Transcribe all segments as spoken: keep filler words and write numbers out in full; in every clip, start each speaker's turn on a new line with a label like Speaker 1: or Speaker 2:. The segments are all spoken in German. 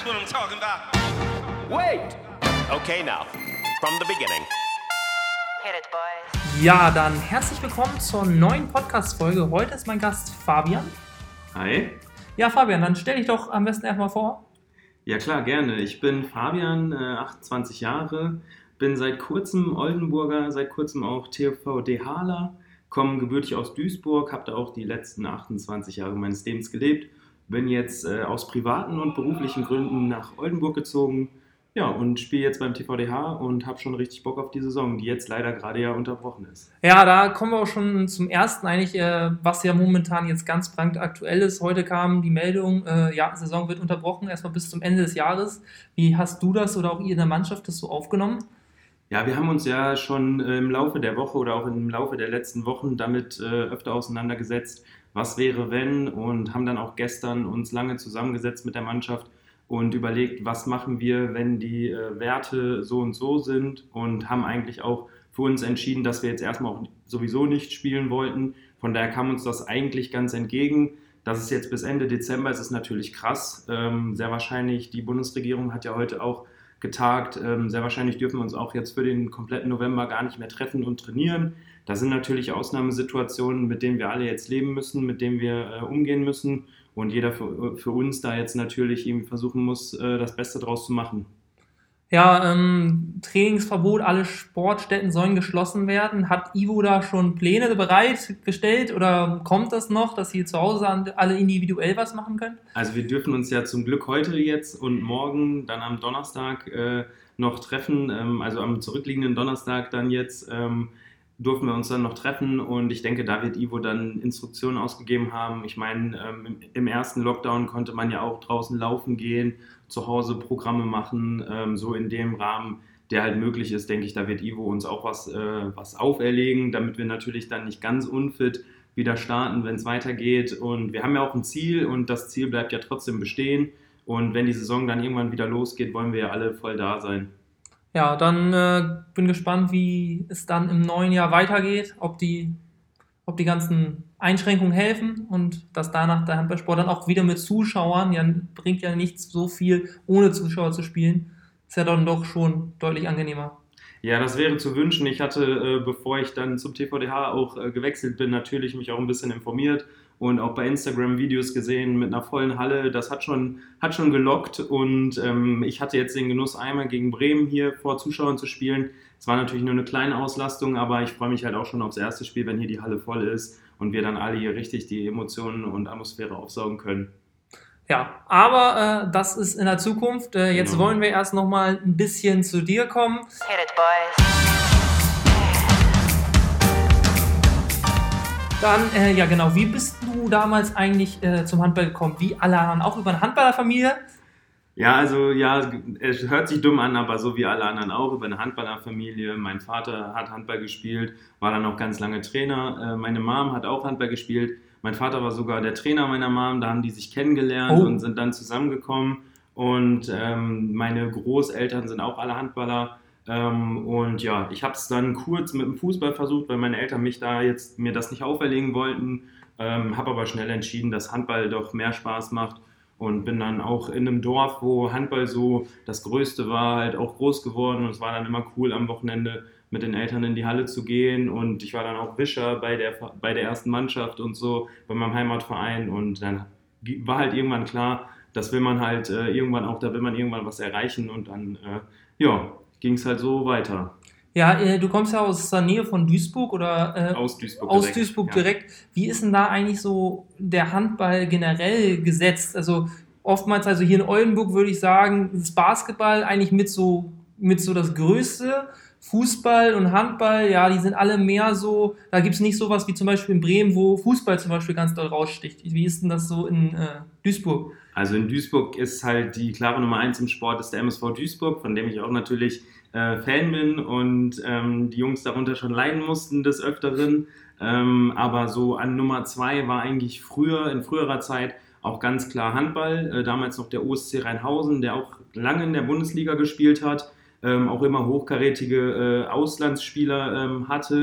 Speaker 1: what I'm talking about.
Speaker 2: Wait! Okay, now, from the beginning.
Speaker 3: Hit it, boys.
Speaker 4: Ja, dann herzlich willkommen zur neuen Podcast-Folge. Heute ist mein Gast Fabian.
Speaker 5: Hi.
Speaker 4: Ja, Fabian, dann stell dich doch am besten erstmal vor.
Speaker 5: Ja klar, gerne. Ich bin Fabian, äh, achtundzwanzig Jahre, bin seit kurzem Oldenburger, seit kurzem auch T V DeHaler, komme gebürtig aus Duisburg, habe da auch die letzten achtundzwanzig Jahre meines Lebens gelebt, bin jetzt äh, aus privaten und beruflichen Gründen nach Oldenburg gezogen, ja, und spiele jetzt beim T V D H und habe schon richtig Bock auf die Saison, die jetzt leider gerade ja unterbrochen ist.
Speaker 4: Ja, da kommen wir auch schon zum ersten eigentlich, äh, was ja momentan jetzt ganz brandaktuell ist. Heute kam die Meldung, äh, ja, Saison wird unterbrochen, erstmal bis zum Ende des Jahres. Wie hast du das oder auch ihr in der Mannschaft das so aufgenommen?
Speaker 5: Ja, wir haben uns ja schon äh, im Laufe der Woche oder auch im Laufe der letzten Wochen damit äh, öfter auseinandergesetzt, was wäre wenn, und haben dann auch gestern uns lange zusammengesetzt mit der Mannschaft und überlegt, was machen wir, wenn die äh, Werte so und so sind, und haben eigentlich auch für uns entschieden, dass wir jetzt erstmal auch sowieso nicht spielen wollten. Von daher kam uns das eigentlich ganz entgegen. Dass es jetzt bis Ende Dezember ist, ist natürlich krass. Ähm, sehr wahrscheinlich, die Bundesregierung hat ja heute auch getagt, ähm, sehr wahrscheinlich dürfen wir uns auch jetzt für den kompletten November gar nicht mehr treffen und trainieren. Das sind natürlich Ausnahmesituationen, mit denen wir alle jetzt leben müssen, mit denen wir äh, umgehen müssen. Und jeder für, für uns da jetzt natürlich irgendwie versuchen muss, äh, das Beste draus zu machen.
Speaker 4: Ja, ähm, Trainingsverbot, alle Sportstätten sollen geschlossen werden. Hat Ivo da schon Pläne bereitgestellt oder kommt das noch, dass ihr zu Hause alle individuell was machen könnt?
Speaker 5: Also wir dürfen uns ja zum Glück heute jetzt und morgen, dann am Donnerstag äh, noch treffen. Ähm, also am zurückliegenden Donnerstag dann jetzt ähm, durften wir uns dann noch treffen, und ich denke, da wird Ivo dann Instruktionen ausgegeben haben. Ich meine, ähm, im ersten Lockdown konnte man ja auch draußen laufen gehen, zu Hause Programme machen, ähm, so in dem Rahmen, der halt möglich ist, denke ich, da wird Ivo uns auch was, äh, was auferlegen, damit wir natürlich dann nicht ganz unfit wieder starten, wenn es weitergeht. Und wir haben ja auch ein Ziel, und das Ziel bleibt ja trotzdem bestehen, und wenn die Saison dann irgendwann wieder losgeht, wollen wir ja alle voll da sein.
Speaker 4: Ja, dann äh, bin gespannt, wie es dann im neuen Jahr weitergeht, ob die, ob die ganzen Einschränkungen helfen und dass danach der Handballsport dann auch wieder mit Zuschauern, ja, bringt ja nichts so viel, ohne Zuschauer zu spielen, ist ja dann doch schon deutlich angenehmer.
Speaker 5: Ja, das wäre zu wünschen. Ich hatte, äh, bevor ich dann zum T V D H auch äh, gewechselt bin, natürlich mich auch ein bisschen informiert und auch bei Instagram Videos gesehen mit einer vollen Halle. Das hat schon, hat schon gelockt, und ähm, ich hatte jetzt den Genuss, einmal gegen Bremen hier vor Zuschauern zu spielen. Es war natürlich nur eine kleine Auslastung, aber ich freue mich halt auch schon aufs erste Spiel, wenn hier die Halle voll ist und wir dann alle hier richtig die Emotionen und Atmosphäre aufsaugen können.
Speaker 4: Ja, aber äh, das ist in der Zukunft. Äh, jetzt
Speaker 5: Genau.
Speaker 4: wollen wir erst noch mal ein bisschen zu dir kommen.
Speaker 3: Hit it, boys.
Speaker 4: Dann, äh, ja genau, wie bist du damals eigentlich äh, zum Handball gekommen? Wie alle anderen, auch über eine Handballerfamilie?
Speaker 5: Ja, also ja, es hört sich dumm an, aber so wie alle anderen auch, über eine Handballerfamilie. Mein Vater hat Handball gespielt, war dann auch ganz lange Trainer. Äh, meine Mom hat auch Handball gespielt. Mein Vater war sogar der Trainer meiner Mom, da haben die sich kennengelernt
Speaker 4: Oh.
Speaker 5: und sind dann zusammengekommen. Und ähm, meine Großeltern sind auch alle Handballer. Ähm, und ja, ich habe es dann kurz mit dem Fußball versucht, weil meine Eltern mich da jetzt mir das nicht auferlegen wollten. Ähm, habe aber schnell entschieden, dass Handball doch mehr Spaß macht. Und bin dann auch in einem Dorf, wo Handball so das Größte war, halt auch groß geworden. Und es war dann immer cool, am Wochenende mit den Eltern in die Halle zu gehen. Und ich war dann auch Wischer bei der, bei der ersten Mannschaft und so, bei meinem Heimatverein. Und dann war halt irgendwann klar, das will man halt äh, irgendwann auch, da will man irgendwann was erreichen. Und dann, äh, ja, ging es halt so weiter.
Speaker 4: Ja, äh, du kommst ja aus der Nähe von Duisburg oder äh,
Speaker 5: Aus Duisburg
Speaker 4: aus
Speaker 5: direkt.
Speaker 4: Duisburg
Speaker 5: Ja.
Speaker 4: direkt. Wie ist denn da eigentlich so der Handball generell gesetzt? Also oftmals, also hier in Oldenburg würde ich sagen, ist Basketball eigentlich mit so, mit so das Größte. Fußball und Handball, ja, die sind alle mehr so, da gibt es nicht sowas wie zum Beispiel in Bremen, wo Fußball zum Beispiel ganz doll raussticht. Wie ist denn das so in äh, Duisburg?
Speaker 5: Also in Duisburg ist halt die klare Nummer eins im Sport ist der M S V Duisburg, von dem ich auch natürlich äh, Fan bin und ähm, die Jungs darunter schon leiden mussten des Öfteren. Ähm, aber so an Nummer zwei war eigentlich früher, in früherer Zeit, auch ganz klar Handball. Äh, damals noch der O S C Rheinhausen, der auch lange in der Bundesliga gespielt hat, ähm, auch immer hochkarätige äh, Auslandsspieler ähm, hatte.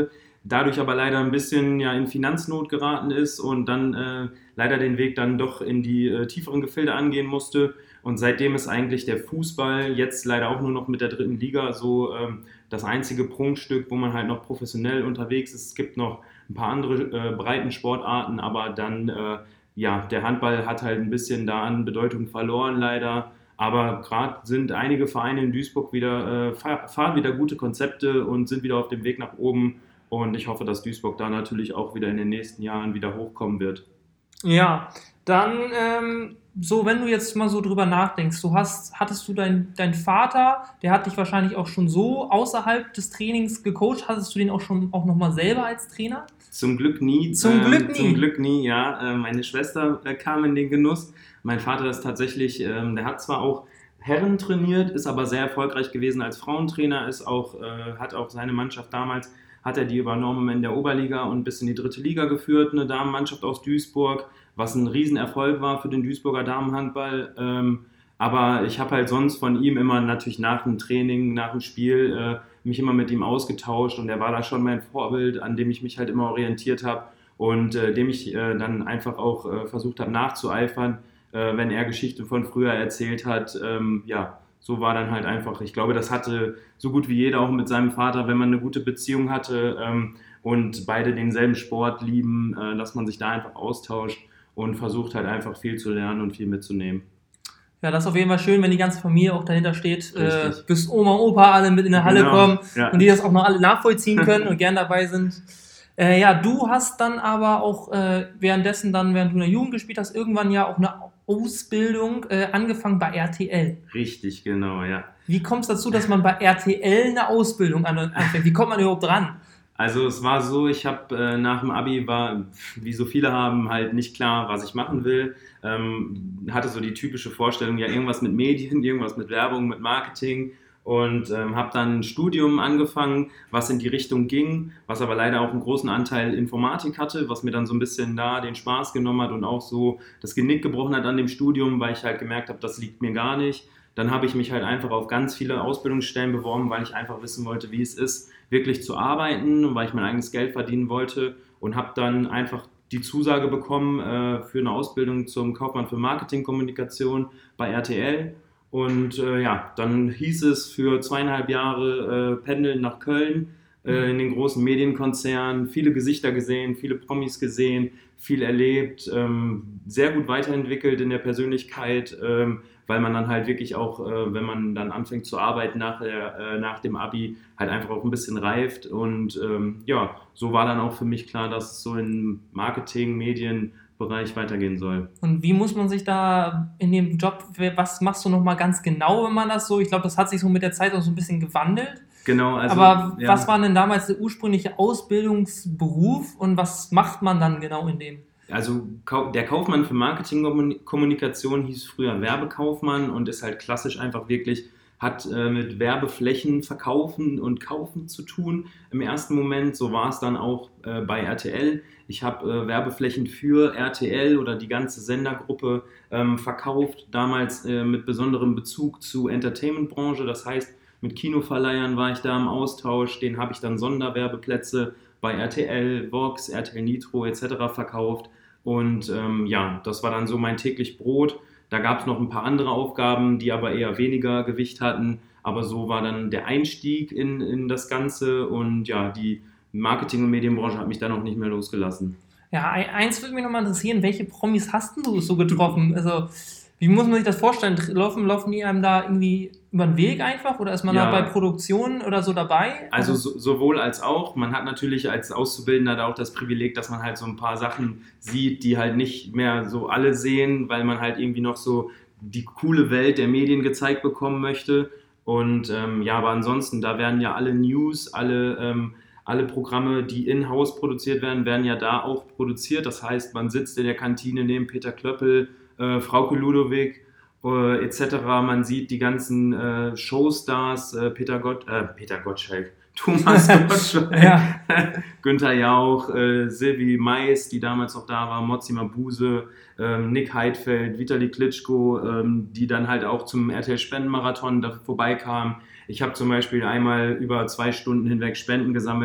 Speaker 5: dadurch aber leider ein bisschen ja, in Finanznot geraten ist und dann äh, leider den Weg dann doch in die äh, tieferen Gefilde angehen musste. Und seitdem ist eigentlich der Fußball jetzt leider auch nur noch mit der dritten Liga so ähm, das einzige Prunkstück, wo man halt noch professionell unterwegs ist. Es gibt noch ein paar andere äh, Breitensportarten, aber dann, äh, ja, der Handball hat halt ein bisschen da an Bedeutung verloren leider. Aber gerade sind einige Vereine in Duisburg wieder, äh, fahren wieder gute Konzepte und sind wieder auf dem Weg nach oben. Und ich hoffe, dass Duisburg da natürlich auch wieder in den nächsten Jahren wieder hochkommen wird.
Speaker 4: Ja, dann ähm, so, wenn du jetzt mal so drüber nachdenkst, du hast, hattest du deinen dein Vater, der hat dich wahrscheinlich auch schon so außerhalb des Trainings gecoacht, hattest du den auch schon auch nochmal selber als Trainer?
Speaker 5: Zum Glück nie.
Speaker 4: Zum
Speaker 5: ähm,
Speaker 4: Glück nie?
Speaker 5: Zum Glück nie, ja. Äh, meine Schwester äh, kam in den Genuss. Mein Vater ist tatsächlich, ähm, der hat zwar auch Herren trainiert, ist aber sehr erfolgreich gewesen als Frauentrainer, ist auch, äh, hat auch seine Mannschaft damals, hat er die übernommen in der Oberliga und bis in die dritte Liga geführt, eine Damenmannschaft aus Duisburg, was ein Riesenerfolg war für den Duisburger Damenhandball. Ähm, aber ich habe halt sonst von ihm immer natürlich nach dem Training, nach dem Spiel äh, mich immer mit ihm ausgetauscht und er war da schon mein Vorbild, an dem ich mich halt immer orientiert habe und äh, dem ich äh, dann einfach auch äh, versucht habe nachzueifern, äh, wenn er Geschichten von früher erzählt hat. Ähm, ja, so war dann halt einfach, ich glaube, das hatte so gut wie jeder auch mit seinem Vater, wenn man eine gute Beziehung hatte ähm, und beide denselben Sport lieben, äh, dass man sich da einfach austauscht und versucht halt einfach viel zu lernen und viel mitzunehmen.
Speaker 4: Ja, das ist auf jeden Fall schön, wenn die ganze Familie auch dahinter steht, äh, bis Oma und Opa alle mit in der Halle
Speaker 5: Genau,
Speaker 4: kommen
Speaker 5: ja.
Speaker 4: und die das auch noch alle nachvollziehen können und gern dabei sind. Äh, ja, du hast dann aber auch äh, währenddessen dann, während du in der Jugend gespielt hast, irgendwann ja auch eine Ausbildung äh, angefangen bei R T L.
Speaker 5: Richtig, genau, ja.
Speaker 4: Wie kommt es dazu, dass man bei R T L eine Ausbildung anfängt? Wie kommt man überhaupt dran?
Speaker 5: Also es war so, ich habe äh, nach dem Abi war, wie so viele haben, halt nicht klar, was ich machen will. Ähm, hatte so die typische Vorstellung, ja irgendwas mit Medien, irgendwas mit Werbung, mit Marketing und ähm, habe dann ein Studium angefangen, was in die Richtung ging, was aber leider auch einen großen Anteil Informatik hatte, was mir dann so ein bisschen da den Spaß genommen hat und auch so das Genick gebrochen hat an dem Studium, weil ich halt gemerkt habe, das liegt mir gar nicht. Dann habe ich mich halt einfach auf ganz viele Ausbildungsstellen beworben, weil ich einfach wissen wollte, wie es ist, wirklich zu arbeiten und weil ich mein eigenes Geld verdienen wollte und habe dann einfach die Zusage bekommen äh, für eine Ausbildung zum Kaufmann für Marketingkommunikation bei R T L. Und äh, ja, dann hieß es für zweieinhalb Jahre äh, pendeln nach Köln, äh, in den großen Medienkonzernen, viele Gesichter gesehen, viele Promis gesehen, viel erlebt, ähm, sehr gut weiterentwickelt in der Persönlichkeit, ähm, weil man dann halt wirklich auch, äh, wenn man dann anfängt zu arbeiten nach, der, äh, nach dem Abi, halt einfach auch ein bisschen reift. Und ähm, ja, so war dann auch für mich klar, dass es so im Marketing, Medienbereich weitergehen soll.
Speaker 4: Und wie muss man sich da in dem Job, was machst du nochmal ganz genau, wenn man das so, ich glaube, das hat sich so mit der Zeit auch so ein bisschen gewandelt.
Speaker 5: Genau, also,
Speaker 4: aber
Speaker 5: ja.
Speaker 4: Was war denn damals der ursprüngliche Ausbildungsberuf und was macht man dann genau in dem?
Speaker 5: Also der Kaufmann für Marketingkommunikation hieß früher Werbekaufmann und ist halt klassisch einfach wirklich, hat äh, mit Werbeflächen verkaufen und kaufen zu tun im ersten Moment. So war es dann auch äh, bei R T L. Ich habe äh, Werbeflächen für R T L oder die ganze Sendergruppe ähm, verkauft, damals äh, mit besonderem Bezug zur Entertainment-Branche. Das heißt, mit Kinoverleihern war ich da im Austausch, denen habe ich dann Sonderwerbeplätze bei R T L, Vox, R T L Nitro et cetera verkauft und ähm, ja, das war dann so mein täglich Brot. Da gab es noch ein paar andere Aufgaben, die aber eher weniger Gewicht hatten, aber so war dann der Einstieg in, in das Ganze und ja, die Marketing- und Medienbranche hat mich dann auch nicht mehr losgelassen.
Speaker 4: Ja, eins würde mich nochmal interessieren, welche Promis hast du so getroffen? Also wie muss man sich das vorstellen? Laufen, laufen die einem da irgendwie über den Weg einfach oder ist man
Speaker 5: ja.
Speaker 4: da bei Produktionen oder so dabei?
Speaker 5: Also so, sowohl als auch. Man hat natürlich als Auszubildender da auch das Privileg, dass man halt so ein paar Sachen sieht, die halt nicht mehr so alle sehen, weil man halt irgendwie noch so die coole Welt der Medien gezeigt bekommen möchte. Und ähm, ja, aber ansonsten, da werden ja alle News, alle, ähm, alle Programme, die in-house produziert werden, werden ja da auch produziert. Das heißt, man sitzt in der Kantine neben Peter Klöppel, Äh, Frauke Ludowig äh, et cetera. Man sieht die ganzen äh, Showstars, äh, Peter, Gott, äh, Peter Gottschalk, Thomas Gottschalk,
Speaker 4: ja.
Speaker 5: Günther Jauch, äh, Silvi Mais, die damals noch da war, Mozzi Mabuse, äh, Nick Heidfeld, Vitali Klitschko, äh, die dann halt auch zum R T L-Spendenmarathon da vorbeikamen. Ich habe zum Beispiel einmal über zwei Stunden hinweg Spenden gesammelt,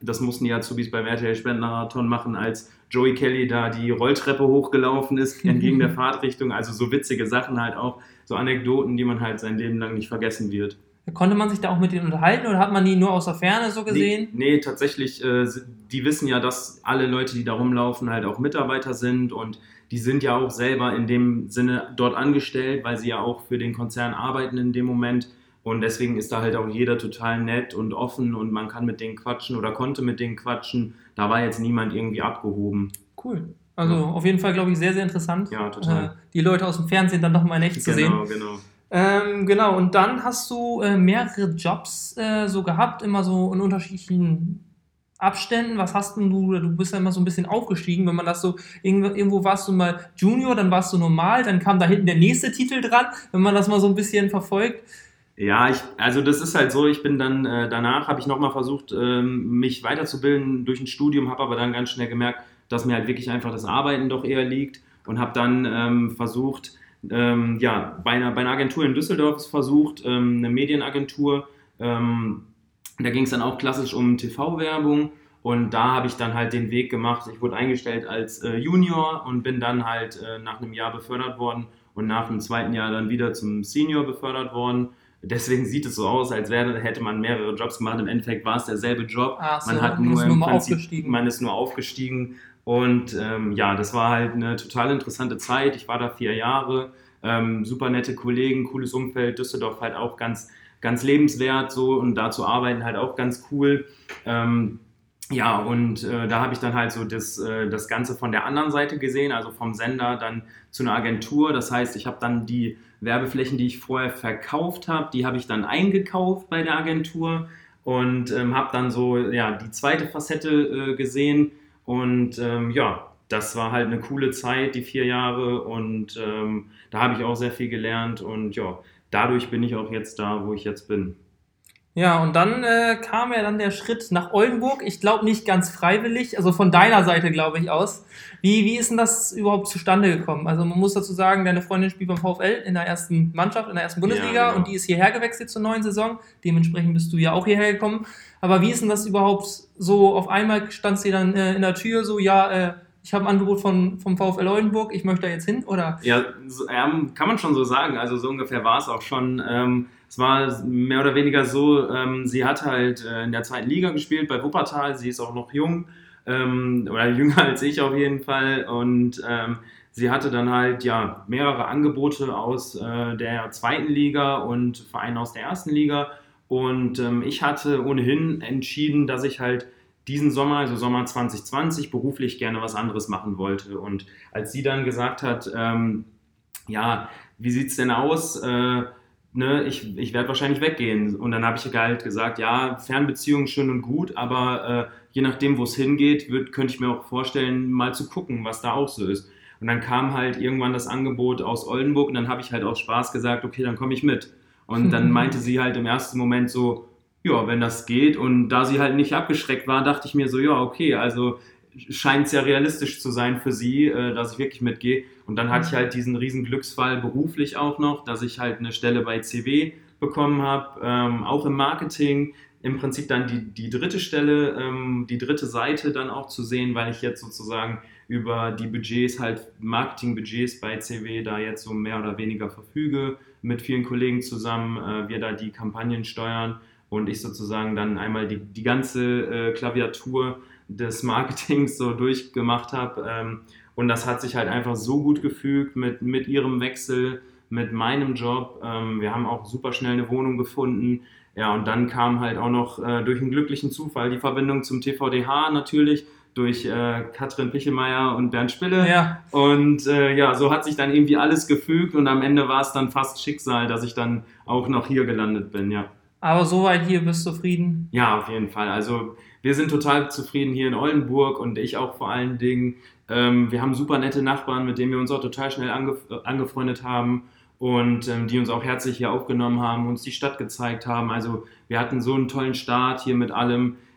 Speaker 5: das mussten die Azubis beim R T L-Spendenmarathon machen, als Joey Kelly da die Rolltreppe hochgelaufen ist, entgegen der Fahrtrichtung. Also so witzige Sachen halt auch, so Anekdoten, die man halt sein Leben lang nicht vergessen wird.
Speaker 4: Konnte man sich da auch mit denen unterhalten oder hat man die nur aus der Ferne so gesehen?
Speaker 5: Nee, nee tatsächlich, äh, die wissen ja, dass alle Leute, die da rumlaufen, halt auch Mitarbeiter sind und die sind ja auch selber in dem Sinne dort angestellt, weil sie ja auch für den Konzern arbeiten in dem Moment und deswegen ist da halt auch jeder total nett und offen und man kann mit denen quatschen oder konnte mit denen quatschen. Da war jetzt niemand irgendwie abgehoben.
Speaker 4: Cool. Also ja. Auf jeden Fall, glaube ich, sehr, sehr interessant,
Speaker 5: ja, total.
Speaker 4: Äh, die Leute aus dem Fernsehen dann doch mal in echt zu sehen.
Speaker 5: Genau, genau.
Speaker 4: Ähm, genau, und dann hast du äh, mehrere Jobs äh, so gehabt, immer so in unterschiedlichen Abständen. Was hast denn du, du bist ja immer so ein bisschen aufgestiegen, wenn man das so, irgendwo, irgendwo warst du mal Junior, dann warst du normal, dann kam da hinten der nächste Titel dran, wenn man das mal so ein bisschen verfolgt.
Speaker 5: Ja, ich, also das ist halt so, ich bin dann, äh, danach habe ich nochmal versucht, ähm, mich weiterzubilden durch ein Studium, habe aber dann ganz schnell gemerkt, dass mir halt wirklich einfach das Arbeiten doch eher liegt und habe dann ähm, versucht, Ähm, ja, bei einer, bei einer Agentur in Düsseldorf versucht, ähm, eine Medienagentur. Ähm, da ging es dann auch klassisch um T V-Werbung und da habe ich dann halt den Weg gemacht. Ich wurde eingestellt als äh, Junior und bin dann halt äh, nach einem Jahr befördert worden und nach dem zweiten Jahr dann wieder zum Senior befördert worden. Deswegen sieht es so aus, als wäre, hätte man mehrere Jobs gemacht. Im Endeffekt war es derselbe Job.
Speaker 4: Ach so,
Speaker 5: man hat
Speaker 4: nur
Speaker 5: nur im
Speaker 4: nur mal
Speaker 5: Prinzip,
Speaker 4: aufgestiegen.
Speaker 5: man ist nur aufgestiegen. Und ähm, ja, das war halt eine total interessante Zeit. Ich war da vier Jahre, ähm, super nette Kollegen, cooles Umfeld, Düsseldorf halt auch ganz, ganz lebenswert so und da zu arbeiten halt auch ganz cool. Ähm, ja, und äh, da habe ich dann halt so das, äh, das Ganze von der anderen Seite gesehen, also vom Sender dann zu einer Agentur. Das heißt, ich habe dann die Werbeflächen, die ich vorher verkauft habe, die habe ich dann eingekauft bei der Agentur und ähm, habe dann so ja, die zweite Facette äh, gesehen. Und ähm, ja, das war halt eine coole Zeit, die vier Jahre und ähm, da habe ich auch sehr viel gelernt und ja, dadurch bin ich auch jetzt da, wo ich jetzt bin.
Speaker 4: Ja, und dann äh, kam ja dann der Schritt nach Oldenburg. Ich glaube nicht ganz freiwillig, also von deiner Seite glaube ich aus. Wie, wie ist denn das überhaupt zustande gekommen? Also man muss dazu sagen, deine Freundin spielt beim VfL in der ersten Mannschaft, in der ersten Bundesliga
Speaker 5: Ja, genau.
Speaker 4: Und die ist hierher gewechselt zur neuen Saison. Dementsprechend bist du ja auch hierher gekommen. Aber wie ist denn das überhaupt so? Auf einmal stand sie dann äh, in der Tür so, ja, äh, ich habe ein Angebot von, vom VfL Oldenburg, ich möchte da jetzt hin, oder?
Speaker 5: Ja, so, ähm, kann man schon so sagen. Also so ungefähr war es auch schon. Ähm, es war mehr oder weniger so, ähm, sie hat halt äh, in der zweiten Liga gespielt bei Wuppertal. Sie ist auch noch jung, ähm, oder jünger als ich auf jeden Fall. Und ähm, sie hatte dann halt ja mehrere Angebote aus äh, der zweiten Liga und Vereine aus der ersten Liga. Und ähm, ich hatte ohnehin entschieden, dass ich halt diesen Sommer, also Sommer zwanzig zwanzig, beruflich gerne was anderes machen wollte. Und als sie dann gesagt hat, ähm, ja, wie sieht es denn aus? Äh, ne, ich ich werde wahrscheinlich weggehen. Und dann habe ich halt gesagt, ja, Fernbeziehungen schön und gut, aber äh, je nachdem, wo es hingeht, würd, könnte ich mir auch vorstellen, mal zu gucken, was da auch so ist. Und dann kam halt irgendwann das Angebot aus Oldenburg und dann habe ich halt aus Spaß gesagt, okay, dann komme ich mit. Und dann meinte sie halt im ersten Moment so, ja, wenn das geht. Und da sie halt nicht abgeschreckt war, dachte ich mir so, ja, okay, also scheint es ja realistisch zu sein für sie, dass ich wirklich mitgehe. Und dann hatte ich halt diesen riesen Glücksfall beruflich auch noch, dass ich halt eine Stelle bei C W bekommen habe, ähm, auch im Marketing. Im Prinzip dann die, die dritte Stelle, ähm, die dritte Seite dann auch zu sehen, weil ich jetzt sozusagen über die Budgets, halt Marketingbudgets bei C W da jetzt so mehr oder weniger verfüge, mit vielen Kollegen zusammen, äh, wir da die Kampagnen steuern und ich sozusagen dann einmal die, die ganze äh, Klaviatur des Marketings so durchgemacht habe. Ähm, und das hat sich halt einfach so gut gefügt mit, mit ihrem Wechsel, mit meinem Job. Ähm, wir haben auch super schnell eine Wohnung gefunden. Ja, und dann kam halt auch noch äh, durch einen glücklichen Zufall die Verbindung zum T V D H natürlich, durch äh, Katrin Pichelmeier und Bernd Spille.
Speaker 4: Ja.
Speaker 5: Und äh, ja, so hat sich dann irgendwie alles gefügt und am Ende war es dann fast Schicksal, dass ich dann auch noch hier gelandet bin, ja.
Speaker 4: Aber soweit hier bist du zufrieden?
Speaker 5: Ja, auf jeden Fall. Also wir sind total zufrieden hier in Oldenburg und ich auch vor allen Dingen. Ähm, wir haben super nette Nachbarn, mit denen wir uns auch total schnell angef- angefreundet haben und ähm, die uns auch herzlich hier aufgenommen haben, uns die Stadt gezeigt haben. Also wir hatten so einen tollen Start hier mit allem.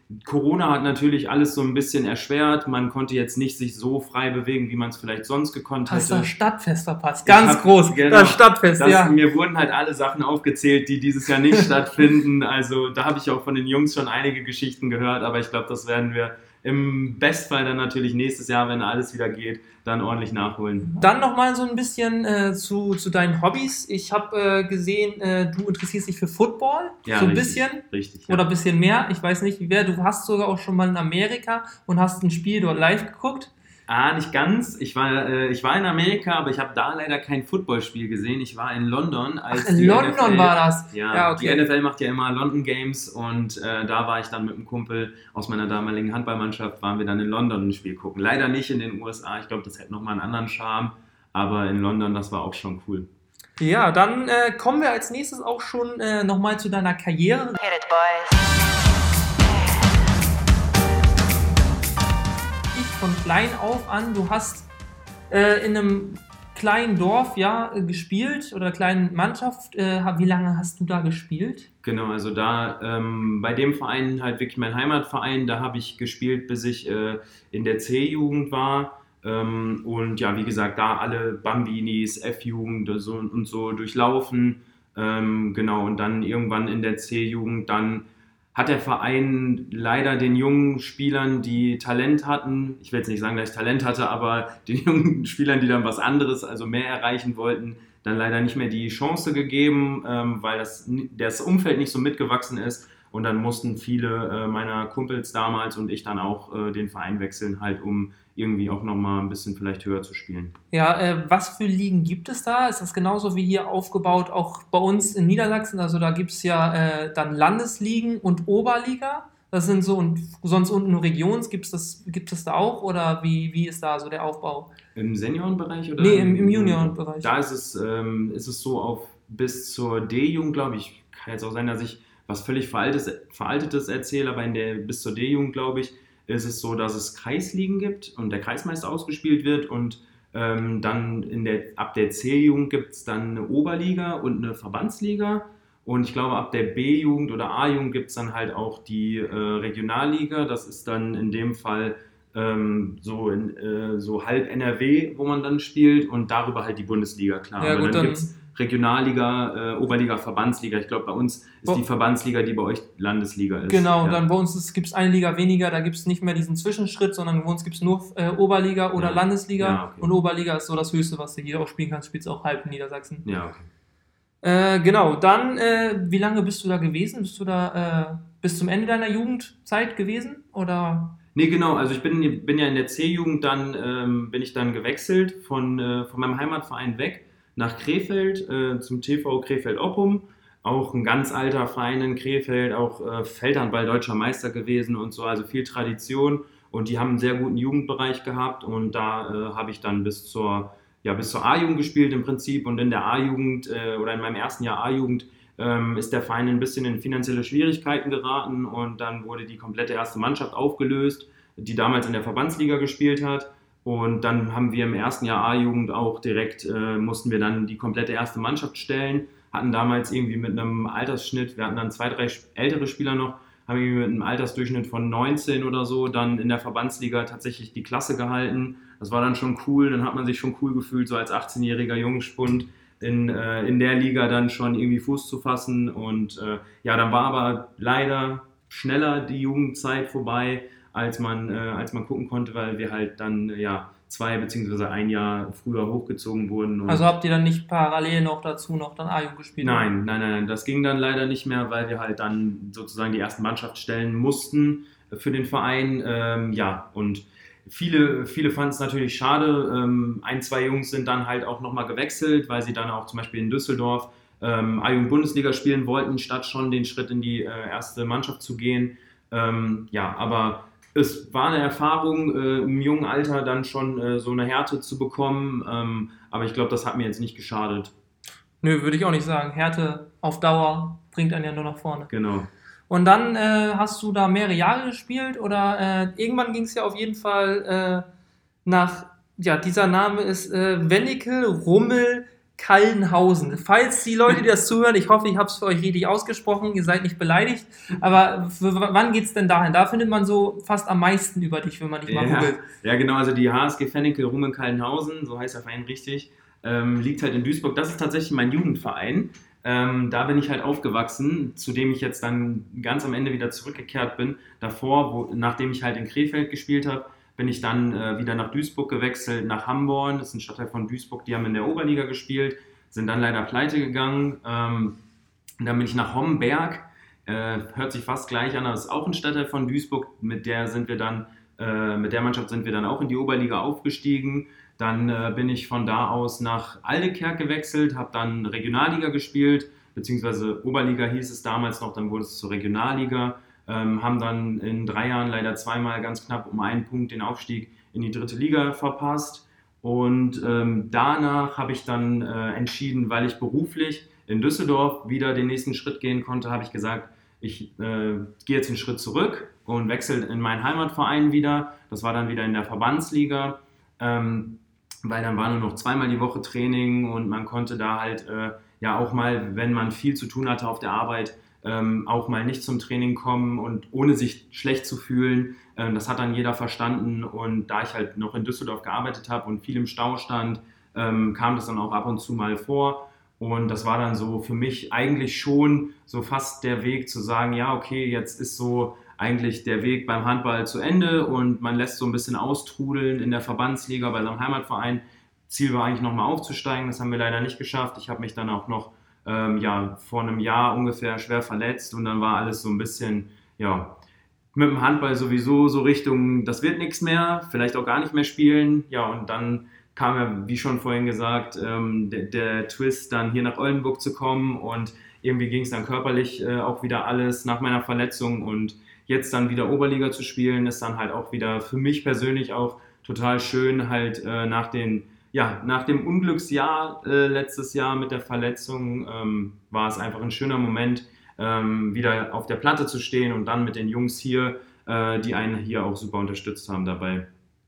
Speaker 5: Corona hat natürlich alles so ein bisschen erschwert. Man konnte jetzt nicht sich so frei bewegen, wie man es vielleicht sonst gekonnt
Speaker 4: Hast
Speaker 5: hätte.
Speaker 4: das Stadtfest verpasst? Ganz
Speaker 5: hab-
Speaker 4: groß.
Speaker 5: genau,
Speaker 4: das Stadtfest,
Speaker 5: das,
Speaker 4: ja.
Speaker 5: Mir wurden halt alle Sachen aufgezählt, die dieses Jahr nicht stattfinden. Also da habe ich auch von den Jungs schon einige Geschichten gehört, aber ich glaube, das werden wir im Bestfall dann natürlich nächstes Jahr, wenn alles wieder geht, dann ordentlich nachholen.
Speaker 4: Dann nochmal so ein bisschen äh, zu, zu deinen Hobbys. Ich habe äh, gesehen, äh, du interessierst dich für Football,
Speaker 5: Ja,
Speaker 4: so ein
Speaker 5: richtig,
Speaker 4: bisschen.
Speaker 5: Richtig. Ja.
Speaker 4: Oder ein bisschen mehr, ich weiß nicht wie wer. Du hast sogar auch schon mal in Amerika und hast ein Spiel dort live geguckt.
Speaker 5: Ah, nicht ganz. Ich war, äh, ich war in Amerika, aber ich habe da leider kein Footballspiel gesehen. Ich war in London. Als
Speaker 4: Ach, in
Speaker 5: die
Speaker 4: London
Speaker 5: N F L,
Speaker 4: war das?
Speaker 5: Ja,
Speaker 4: Ja, okay.
Speaker 5: die N F L macht ja immer London Games und äh, da war ich dann mit einem Kumpel aus meiner damaligen Handballmannschaft, waren wir dann in London ein Spiel gucken. Leider nicht in den U S A. Ich glaube, das hätte nochmal einen anderen Charme, aber in London, das war auch schon cool.
Speaker 4: Ja, dann äh, kommen wir als nächstes auch schon äh, nochmal zu deiner Karriere.
Speaker 3: Hit it, boys.
Speaker 4: Ich von klein auf an, du hast äh, in einem kleinen Dorf ja äh, gespielt oder kleinen Mannschaft. Äh, wie lange hast du da gespielt?
Speaker 5: Genau, also da ähm, bei dem Verein, halt wirklich mein Heimatverein, da habe ich gespielt, bis ich äh, in der C-Jugend war. Ähm, und ja, wie gesagt, da alle Bambinis, F-Jugend so, und so durchlaufen. Ähm, genau, und dann irgendwann in der C-Jugend, dann hat der Verein leider den jungen Spielern, die Talent hatten, ich will jetzt nicht sagen, dass ich Talent hatte, aber den jungen Spielern, die dann was anderes, also mehr erreichen wollten, dann leider nicht mehr die Chance gegeben, ähm, weil das, das Umfeld nicht so mitgewachsen ist. Und dann mussten viele äh, meiner Kumpels damals und ich dann auch äh, den Verein wechseln, halt um irgendwie auch nochmal ein bisschen vielleicht höher zu spielen.
Speaker 4: Ja, äh, was für Ligen gibt es da? Ist das genauso wie hier aufgebaut, auch bei uns in Niedersachsen? Also da gibt es ja äh, dann Landesligen und Oberliga. Das sind so, und sonst unten nur Regions. Gibt's das, gibt es da auch? Oder wie, wie ist da so der Aufbau?
Speaker 5: Im Seniorenbereich? Oder
Speaker 4: Nee, im, im Juniorenbereich.
Speaker 5: Da ist es, ähm, ist es so auf bis zur D-Jugend, glaube ich. Kann jetzt auch sein, dass ich was völlig Veraltetes, Veraltetes erzähle, aber in der, bis zur D-Jugend, glaube ich, ist es so, dass es Kreisligen gibt und der Kreismeister ausgespielt wird und ähm, dann in der, ab der C-Jugend gibt es dann eine Oberliga und eine Verbandsliga und ich glaube ab der B-Jugend oder A-Jugend gibt es dann halt auch die äh, Regionalliga, das ist dann in dem Fall ähm, so, in, äh, so halb N R W, wo man dann spielt und darüber halt die Bundesliga, klar.
Speaker 4: Ja,
Speaker 5: aber
Speaker 4: gut,
Speaker 5: dann,
Speaker 4: dann-
Speaker 5: gibt es Regionalliga, äh, Oberliga, Verbandsliga. Ich glaube, bei uns ist
Speaker 4: Bo-
Speaker 5: die Verbandsliga, die bei euch Landesliga ist.
Speaker 4: Genau,
Speaker 5: ja.
Speaker 4: dann bei uns gibt es eine Liga weniger, da gibt es nicht mehr diesen Zwischenschritt, sondern bei uns gibt es nur äh, Oberliga oder
Speaker 5: Ja.
Speaker 4: Landesliga.
Speaker 5: Ja, okay.
Speaker 4: Und Oberliga ist so das Höchste, was du hier auch spielen kannst, spielst auch halb in Niedersachsen.
Speaker 5: Ja, okay.
Speaker 4: Äh, genau, dann, äh, wie lange bist du da gewesen? Bist du da äh, bis zum Ende deiner Jugendzeit gewesen? Oder?
Speaker 5: Nee, genau, also ich bin, bin ja in der C-Jugend, dann ähm, bin ich dann gewechselt von, äh, von meinem Heimatverein weg nach Krefeld äh, zum T V Krefeld-Oppum. Auch ein ganz alter Verein in Krefeld, auch äh, Feldhandball deutscher Meister gewesen und so, also viel Tradition. Und die haben einen sehr guten Jugendbereich gehabt und da äh, habe ich dann bis zur, ja, bis zur A-Jugend gespielt im Prinzip. Und in der A-Jugend äh, oder in meinem ersten Jahr A-Jugend ähm, ist der Verein ein bisschen in finanzielle Schwierigkeiten geraten und dann wurde die komplette erste Mannschaft aufgelöst, die damals in der Verbandsliga gespielt hat. Und dann haben wir im ersten Jahr A-Jugend auch direkt, äh, mussten wir dann die komplette erste Mannschaft stellen, hatten damals irgendwie mit einem Altersschnitt, wir hatten dann zwei, drei ältere Spieler noch, haben wir mit einem Altersdurchschnitt von neunzehn oder so dann in der Verbandsliga tatsächlich die Klasse gehalten. Das war dann schon cool, dann hat man sich schon cool gefühlt, so als achtzehnjähriger Jungspund in, äh, in der Liga dann schon irgendwie Fuß zu fassen. Und äh, ja, dann war aber leider schneller die Jugendzeit vorbei, als man, äh, als man gucken konnte, weil wir halt dann äh, ja, zwei beziehungsweise ein Jahr früher hochgezogen wurden. Und
Speaker 4: Also habt ihr dann nicht parallel noch dazu noch dann A-Jugend gespielt?
Speaker 5: Nein, nein, nein, nein, das ging dann leider nicht mehr, weil wir halt dann sozusagen die ersten Mannschaft stellen mussten für den Verein. Ähm, ja, und viele, viele fanden es natürlich schade. Ähm, ein, zwei Jungs sind dann halt auch nochmal gewechselt, weil sie dann auch zum Beispiel in Düsseldorf ähm, A-Jugend-Bundesliga spielen wollten, statt schon den Schritt in die äh, erste Mannschaft zu gehen. Ähm, ja, aber es war eine Erfahrung, äh, im jungen Alter dann schon äh, so eine Härte zu bekommen, ähm, aber ich glaube, das hat mir jetzt nicht geschadet.
Speaker 4: Nö, würde ich auch nicht sagen. Härte auf Dauer bringt einen ja nur nach vorne.
Speaker 5: Genau.
Speaker 4: Und dann äh, hast du da mehrere Jahre gespielt oder äh, irgendwann ging es ja auf jeden Fall äh, nach, ja, dieser Name ist äh, Wennekel Rummel Kallenhausen. Falls die Leute, die das zuhören, ich hoffe, ich habe es für euch richtig ausgesprochen, ihr seid nicht beleidigt, aber für, wann geht es denn dahin? Da findet man so fast am meisten über dich, wenn man dich mal
Speaker 5: ja,
Speaker 4: googelt.
Speaker 5: ja, genau, also die H S G Fennickel Rumen Kallenhausen, so heißt der Verein richtig, ähm, liegt halt in Duisburg. Das ist tatsächlich mein Jugendverein. Ähm, da bin ich halt aufgewachsen, zu dem ich jetzt dann ganz am Ende wieder zurückgekehrt bin. Davor, wo, nachdem ich halt in Krefeld gespielt habe, bin ich dann äh, wieder nach Duisburg gewechselt, nach Hamborn. Das ist ein Stadtteil von Duisburg, die haben in der Oberliga gespielt, sind dann leider pleite gegangen. Ähm, dann bin ich nach Homberg, äh, hört sich fast gleich an, aber ist auch ein Stadtteil von Duisburg. Mit der sind wir dann, äh, mit der Mannschaft sind wir dann auch in die Oberliga aufgestiegen. Dann äh, bin ich von da aus nach Aldekerk gewechselt, habe dann Regionalliga gespielt, beziehungsweise Oberliga hieß es damals noch, dann wurde es zur Regionalliga. Ähm, haben dann in drei Jahren leider zweimal ganz knapp um einen Punkt den Aufstieg in die dritte Liga verpasst. Und ähm, danach habe ich dann äh, entschieden, weil ich beruflich in Düsseldorf wieder den nächsten Schritt gehen konnte, habe ich gesagt, ich äh, gehe jetzt einen Schritt zurück und wechsle in meinen Heimatverein wieder. Das war dann wieder in der Verbandsliga, ähm, weil dann war nur noch zweimal die Woche Training und man konnte da halt äh, ja auch mal, wenn man viel zu tun hatte auf der Arbeit, Ähm, auch mal nicht zum Training kommen und ohne sich schlecht zu fühlen. Ähm, das hat dann jeder verstanden und da ich halt noch in Düsseldorf gearbeitet habe und viel im Stau stand, ähm, kam das dann auch ab und zu mal vor und das war dann so für mich eigentlich schon so fast der Weg zu sagen, ja okay, jetzt ist so eigentlich der Weg beim Handball zu Ende und man lässt so ein bisschen austrudeln in der Verbandsliga bei seinem Heimatverein. Ziel war eigentlich nochmal aufzusteigen, das haben wir leider nicht geschafft. Ich habe mich dann auch noch Ähm, ja, vor einem Jahr ungefähr schwer verletzt und dann war alles so ein bisschen, ja, mit dem Handball sowieso so Richtung, das wird nichts mehr, vielleicht auch gar nicht mehr spielen. Ja, und dann kam ja, wie schon vorhin gesagt, ähm, der, der Twist, dann hier nach Oldenburg zu kommen und irgendwie ging es dann körperlich äh, auch wieder alles nach meiner Verletzung und jetzt dann wieder Oberliga zu spielen, ist dann halt auch wieder für mich persönlich auch total schön, halt äh, nach den Ja, nach dem Unglücksjahr äh, letztes Jahr mit der Verletzung ähm, war es einfach ein schöner Moment, ähm, wieder auf der Platte zu stehen und dann mit den Jungs hier, äh, die einen hier auch super unterstützt haben dabei.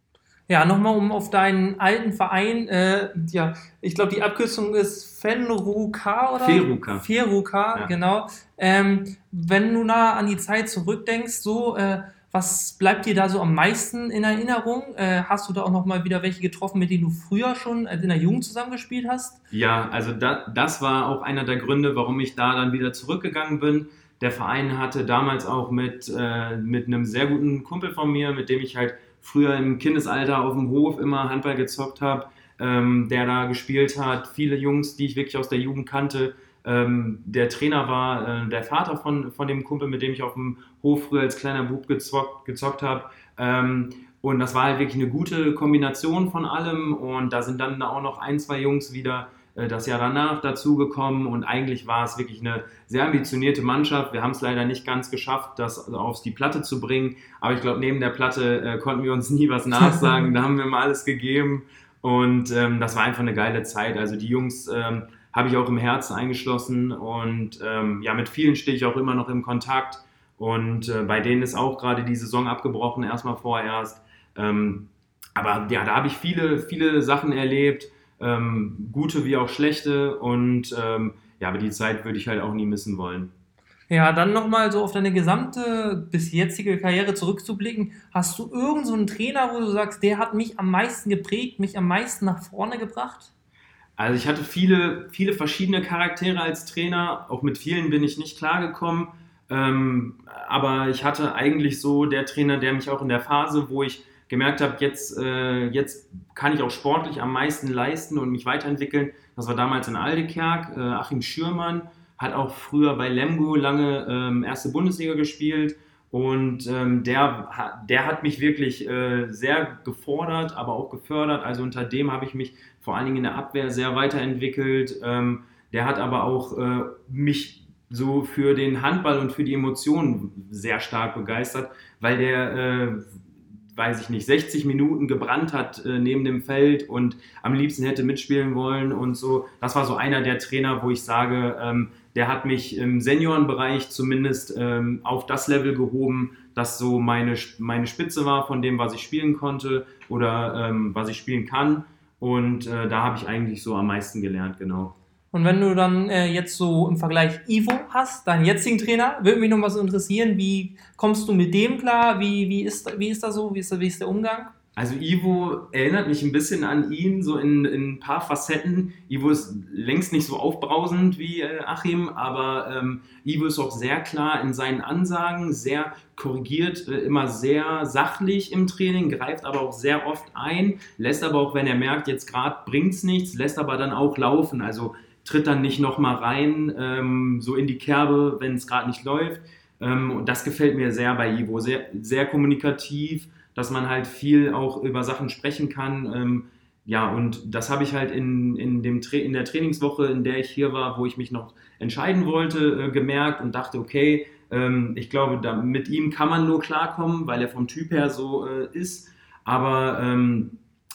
Speaker 4: Ja, nochmal um auf deinen alten Verein, äh, ja, ich glaube die Abkürzung ist Fenruka oder?
Speaker 5: Feruka.
Speaker 4: Feruka,
Speaker 5: Ja.
Speaker 4: genau. Ähm, wenn du da an die Zeit zurückdenkst, so, äh, was bleibt dir da so am meisten in Erinnerung? Äh, hast du da auch nochmal wieder welche getroffen, mit denen du früher schon in der Jugend zusammengespielt hast?
Speaker 5: Ja, also da, das war auch einer der Gründe, warum ich da dann wieder zurückgegangen bin. Der Verein hatte damals auch mit, äh, mit einem sehr guten Kumpel von mir, mit dem ich halt früher im Kindesalter auf dem Hof immer Handball gezockt habe, ähm, der da gespielt hat. Viele Jungs, die ich wirklich aus der Jugend kannte. Ähm, der Trainer war äh, der Vater von, von dem Kumpel, mit dem ich auf dem Hof früher als kleiner Bub gezockt, gezockt habe. Ähm, und das war halt wirklich eine gute Kombination von allem. Und da sind dann auch noch ein, zwei Jungs wieder äh, das Jahr danach dazugekommen. Und eigentlich war es wirklich eine sehr ambitionierte Mannschaft. Wir haben es leider nicht ganz geschafft, das auf die Platte zu bringen. Aber ich glaube, neben der Platte äh, konnten wir uns nie was nachsagen. Da haben wir mal alles gegeben. Und ähm, das war einfach eine geile Zeit. Also die Jungs ähm, habe ich auch im Herzen eingeschlossen und ähm, ja, mit vielen stehe ich auch immer noch im Kontakt und äh, bei denen ist auch gerade die Saison abgebrochen, erstmal vorerst. Ähm, aber ja, da habe ich viele, viele Sachen erlebt, ähm, gute wie auch schlechte und ähm, ja, aber die Zeit würde ich halt auch nie missen wollen.
Speaker 4: Ja, dann nochmal so auf deine gesamte bis jetzige Karriere zurückzublicken. Hast du irgend so einen Trainer, wo du sagst, der hat mich am meisten geprägt, mich am meisten nach vorne gebracht?
Speaker 5: Also ich hatte viele, viele verschiedene Charaktere als Trainer, auch mit vielen bin ich nicht klargekommen, ähm, aber ich hatte eigentlich so der Trainer, der mich auch in der Phase, wo ich gemerkt habe, jetzt, äh, jetzt kann ich auch sportlich am meisten leisten und mich weiterentwickeln, das war damals in Aldekerk, äh, Achim Schürmann, hat auch früher bei Lemgo lange ähm, erste Bundesliga gespielt und ähm, der, der hat mich wirklich äh, sehr gefordert, aber auch gefördert, also unter dem habe ich mich vor allen Dingen in der Abwehr sehr weiterentwickelt. Ähm, der hat aber auch äh, mich so für den Handball und für die Emotionen sehr stark begeistert, weil der, äh, weiß ich nicht, sechzig Minuten gebrannt hat äh, neben dem Feld und am liebsten hätte mitspielen wollen und so. Das war so einer der Trainer, wo ich sage, ähm, der hat mich im Seniorenbereich zumindest ähm, auf das Level gehoben, das so meine, meine Spitze war von dem, was ich spielen konnte oder ähm, was ich spielen kann. Und äh, da habe ich eigentlich so am meisten gelernt, genau.
Speaker 4: Und wenn du dann äh, jetzt so im Vergleich Ivo hast, deinen jetzigen Trainer, würde mich noch mal so interessieren, wie kommst du mit dem klar? Wie, wie, ist, wie ist das so? Wie ist, wie ist der Umgang?
Speaker 5: Also Ivo erinnert mich ein bisschen an ihn, so in, in ein paar Facetten. Ivo ist längst nicht so aufbrausend wie äh, Achim, aber ähm, Ivo ist auch sehr klar in seinen Ansagen, sehr korrigiert, äh, immer sehr sachlich im Training, greift aber auch sehr oft ein, lässt aber auch, wenn er merkt, jetzt gerade bringt es nichts, lässt aber dann auch laufen, also tritt dann nicht nochmal rein, ähm, so in die Kerbe, wenn es gerade nicht läuft. Ähm, und das gefällt mir sehr bei Ivo, sehr, sehr kommunikativ, dass man halt viel auch über Sachen sprechen kann. Ähm, ja, und das habe ich halt in, in, dem Tra- in der Trainingswoche, in der ich hier war, wo ich mich noch entscheiden wollte, äh, gemerkt und dachte, okay, ähm, ich glaube, da, mit ihm kann man nur klarkommen, weil er vom Typ her so äh, ist. Aber ähm,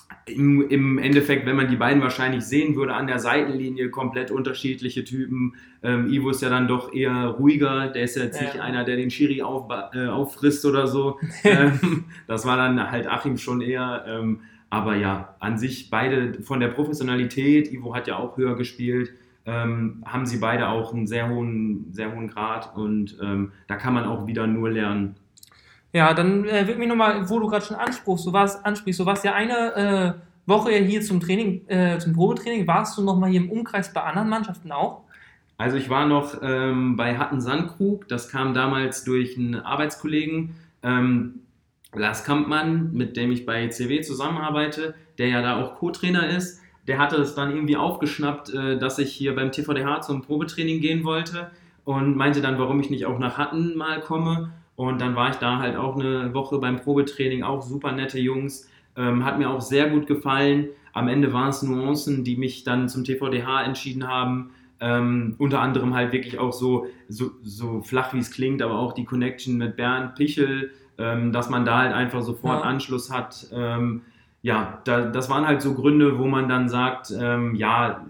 Speaker 5: im, im Endeffekt, wenn man die beiden wahrscheinlich sehen würde, an der Seitenlinie komplett unterschiedliche Typen. Ähm, Ivo ist ja dann doch eher ruhiger, der ist ja jetzt
Speaker 4: ja.
Speaker 5: nicht einer, der den Schiri auf, äh, auffrisst oder so. ähm, das war dann halt Achim schon eher. Ähm, aber ja, an sich beide von der Professionalität, Ivo hat ja auch höher gespielt, ähm, haben sie beide auch einen sehr hohen, sehr hohen Grad und ähm, da kann man auch wieder nur lernen.
Speaker 4: Ja, dann äh, wird mich nochmal, wo du gerade schon ansprichst, du warst, ansprichst, du warst ja eine äh, Woche ja hier zum Training, äh, zum Probetraining, warst du nochmal hier im Umkreis bei anderen Mannschaften auch?
Speaker 5: Also ich war noch ähm, bei Hatten-Sandkrug, das kam damals durch einen Arbeitskollegen, ähm, Lars Kampmann, mit dem ich bei C W zusammenarbeite, der ja da auch Co-Trainer ist. Der hatte es dann irgendwie aufgeschnappt, äh, dass ich hier beim T V D H zum Probetraining gehen wollte und meinte dann, warum ich nicht auch nach Hatten mal komme. Und dann war ich da halt auch eine Woche beim Probetraining, auch super nette Jungs, ähm, hat mir auch sehr gut gefallen. Am Ende waren es Nuancen, die mich dann zum T V D H entschieden haben. Ähm, unter anderem halt wirklich auch so, so, so flach wie es klingt, aber auch die Connection mit Bernd Pichel, ähm, dass man da halt einfach sofort
Speaker 4: ja.
Speaker 5: Anschluss hat. Ähm, ja, da, das waren halt so Gründe, wo man dann sagt, ähm, ja,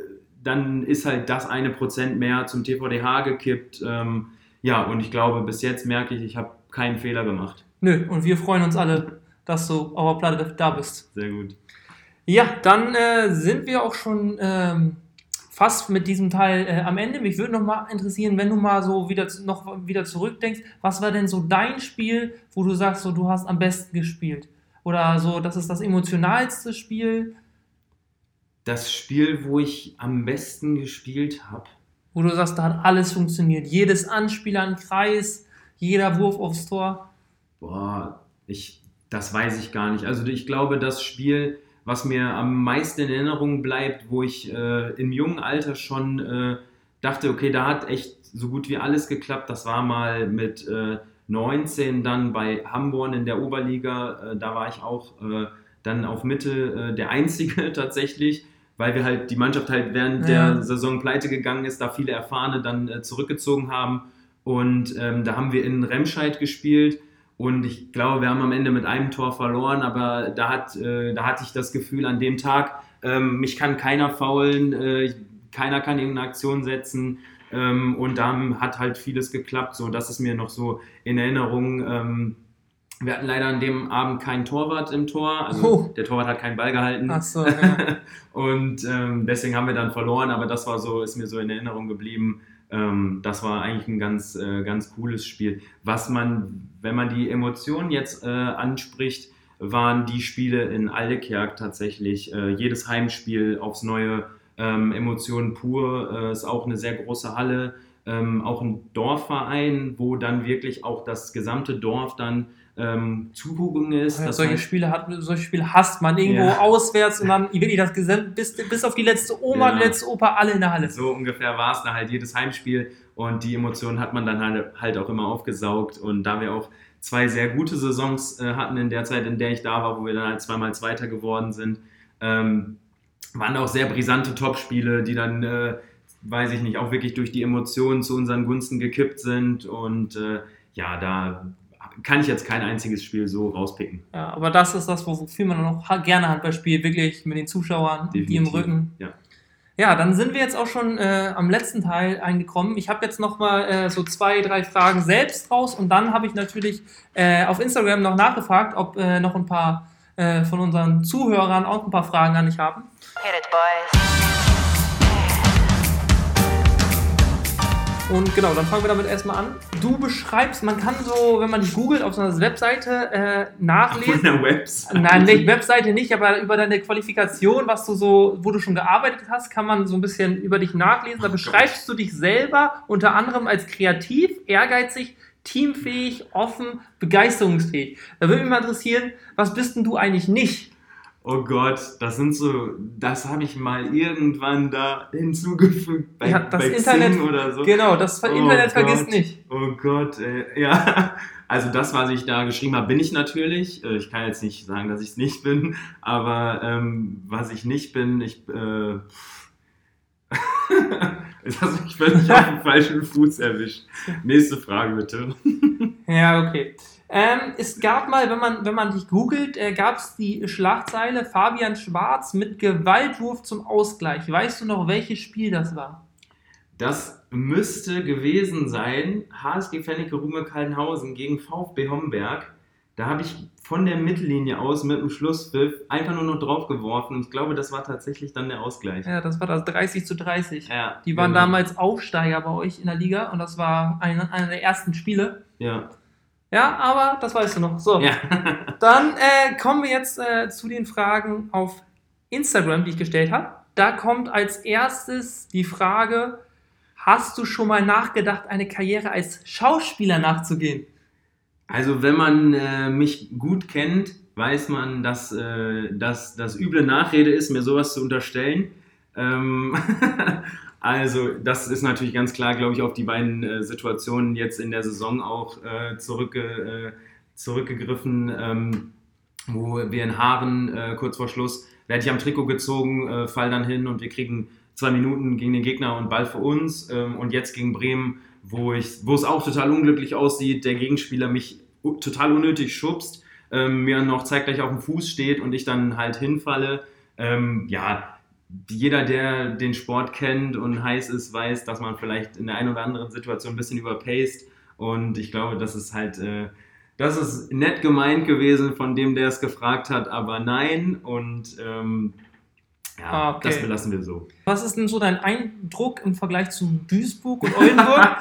Speaker 5: dann ist halt das eine Prozent mehr zum T V D H gekippt. Ähm, Ja, und ich glaube, bis jetzt merke ich, ich habe keinen Fehler gemacht.
Speaker 4: Nö, und wir freuen uns alle, dass du auf der Platte da bist.
Speaker 5: Sehr gut.
Speaker 4: Ja, dann äh, sind wir auch schon ähm, fast mit diesem Teil äh, am Ende. Mich würde noch mal interessieren, wenn du mal so wieder, noch wieder zurückdenkst, was war denn so dein Spiel, wo du sagst, so, du hast am besten gespielt? Oder so, das ist das emotionalste Spiel?
Speaker 5: Das Spiel, wo ich am besten gespielt habe.
Speaker 4: Wo du sagst, da hat alles funktioniert. Jedes Anspiel an Kreis, jeder Wurf aufs Tor.
Speaker 5: Boah, ich, das weiß ich gar nicht. Also ich glaube, das Spiel, was mir am meisten in Erinnerung bleibt, wo ich äh, im jungen Alter schon äh, dachte, okay, da hat echt so gut wie alles geklappt. Das war mal mit äh, neunzehn dann bei Hamborn in der Oberliga. Äh, da war ich auch äh, dann auf Mitte äh, der Einzige tatsächlich, weil wir halt die Mannschaft halt während
Speaker 4: ja.
Speaker 5: der Saison pleite gegangen ist, da viele Erfahrene dann äh, zurückgezogen haben. Und ähm, da haben wir in Remscheid gespielt und ich glaube, wir haben am Ende mit einem Tor verloren, aber da, hat, äh, da hatte ich das Gefühl an dem Tag, ähm, mich kann keiner faulen, äh, keiner kann irgendeine Aktion setzen ähm, und da hat halt vieles geklappt. So, das ist mir noch so in Erinnerung. Ähm, Wir hatten leider an dem Abend keinen Torwart im Tor, also oh. der Torwart hat keinen Ball gehalten.
Speaker 4: Ach so, ja.
Speaker 5: Und ähm, deswegen haben wir dann verloren, aber das war so, ist mir so in Erinnerung geblieben. Ähm, das war eigentlich ein ganz, äh, ganz cooles Spiel. Was man, wenn man die Emotionen jetzt äh, anspricht, waren die Spiele in Aldekerk tatsächlich. Äh, jedes Heimspiel aufs Neue, ähm, Emotionen pur, äh, ist auch eine sehr große Halle, ähm, auch ein Dorfverein, wo dann wirklich auch das gesamte Dorf dann ähm, zugucken ist.
Speaker 4: Ja,
Speaker 5: dass
Speaker 4: solche,
Speaker 5: man,
Speaker 4: Spiele hat, solche Spiele hasst man irgendwo
Speaker 5: ja.
Speaker 4: auswärts und dann wirklich das Gesamt, bis, bis auf die letzte Oma,
Speaker 5: ja.
Speaker 4: die letzte Opa, alle in der Halle.
Speaker 5: So ungefähr war es da halt jedes Heimspiel und die Emotionen hat man dann halt, halt auch immer aufgesaugt und da wir auch zwei sehr gute Saisons äh, hatten in der Zeit, in der ich da war, wo wir dann halt zweimal Zweiter geworden sind, ähm, waren auch sehr brisante Topspiele, die dann, äh, weiß ich nicht, auch wirklich durch die Emotionen zu unseren Gunsten gekippt sind und äh, ja, da kann ich jetzt kein einziges Spiel so rauspicken.
Speaker 4: Ja, aber das ist das, wofür man noch gerne Handball spielt, wirklich mit den Zuschauern, Definitiv. Die im Rücken.
Speaker 5: Ja.
Speaker 4: Ja, dann sind wir jetzt auch schon äh, am letzten Teil eingekommen. Ich habe jetzt noch mal äh, so zwei, drei Fragen selbst raus und dann habe ich natürlich äh, auf Instagram noch nachgefragt, ob äh, noch ein paar äh, von unseren Zuhörern auch ein paar Fragen an dich haben.
Speaker 3: Hit it, boys.
Speaker 4: Und genau, dann fangen wir damit erstmal an. Du beschreibst, man kann so, wenn man dich googelt, auf so einer Webseite äh, nachlesen.
Speaker 5: Von der Webseite?
Speaker 4: Nein, nicht, Webseite nicht, aber über deine Qualifikation, was du so, wo du schon gearbeitet hast, kann man so ein bisschen über dich nachlesen. Da beschreibst du dich selber unter anderem als kreativ, ehrgeizig, teamfähig, offen, begeisterungsfähig. Da würde mich mal interessieren, was bist denn du eigentlich nicht?
Speaker 5: Oh Gott, das sind so, das habe ich mal irgendwann da hinzugefügt bei,
Speaker 4: Ja, das
Speaker 5: bei
Speaker 4: Internet,
Speaker 5: Xing oder so.
Speaker 4: Genau, das
Speaker 5: Oh
Speaker 4: Internet vergisst
Speaker 5: Gott.
Speaker 4: nicht.
Speaker 5: Oh Gott, ey. Ja. Also das, was ich da geschrieben habe, bin ich natürlich. Äh, Ich kann jetzt nicht sagen, dass ich es nicht bin, aber ähm, was ich nicht bin, ich... Äh, Jetzt hast du mich völlig auf den falschen Fuß erwischt. Nächste Frage bitte.
Speaker 4: Ja, okay. Ähm, es gab mal, wenn man, wenn man dich googelt, äh, gab es die Schlagzeile Fabian Schwarz mit Gewaltwurf zum Ausgleich. Weißt du noch, welches Spiel das war?
Speaker 5: Das müsste gewesen sein, H S G Fenneke-Ruhme-Kaltenhausen gegen VfB Homberg. Da habe ich von der Mittellinie aus mit dem Schlusspfiff einfach nur noch drauf geworfen. Und ich glaube, das war tatsächlich dann der Ausgleich.
Speaker 4: Ja, das war das dreißig zu dreißig.
Speaker 5: Ja,
Speaker 4: Die waren
Speaker 5: genau.
Speaker 4: damals Aufsteiger bei euch in der Liga und das war einer einer der ersten Spiele.
Speaker 5: Ja.
Speaker 4: Ja, aber das weißt du noch. So,
Speaker 5: Ja.
Speaker 4: dann äh, kommen wir jetzt äh, zu den Fragen auf Instagram, die ich gestellt habe. Da kommt als erstes die Frage, hast du schon mal nachgedacht, eine Karriere als Schauspieler nachzugehen?
Speaker 5: Also wenn man äh, mich gut kennt, weiß man, dass äh, das das üble Nachrede ist, mir sowas zu unterstellen. Ähm also das ist natürlich ganz klar, glaube ich, auf die beiden äh, Situationen jetzt in der Saison auch äh, zurückge, äh, zurückgegriffen, ähm, wo wir in Haaren äh, kurz vor Schluss, werde ich am Trikot gezogen, äh, fall dann hin und wir kriegen zwei Minuten gegen den Gegner und Ball für uns. Ähm, und jetzt gegen Bremen, wo, ich, wo es auch total unglücklich aussieht, der Gegenspieler mich u- total unnötig schubst, ähm, mir noch zeitgleich auf dem Fuß steht und ich dann halt hinfalle. Ähm, ja, jeder, der den Sport kennt und heiß ist, weiß, dass man vielleicht in der einen oder anderen Situation ein bisschen überpaced. Und ich glaube, das ist halt, äh, das ist nett gemeint gewesen von dem, der es gefragt hat, aber nein. Und ähm, ja,
Speaker 4: Ah, okay.
Speaker 5: das belassen wir so.
Speaker 4: Was ist denn so dein Eindruck im Vergleich zu Duisburg und Oldenburg?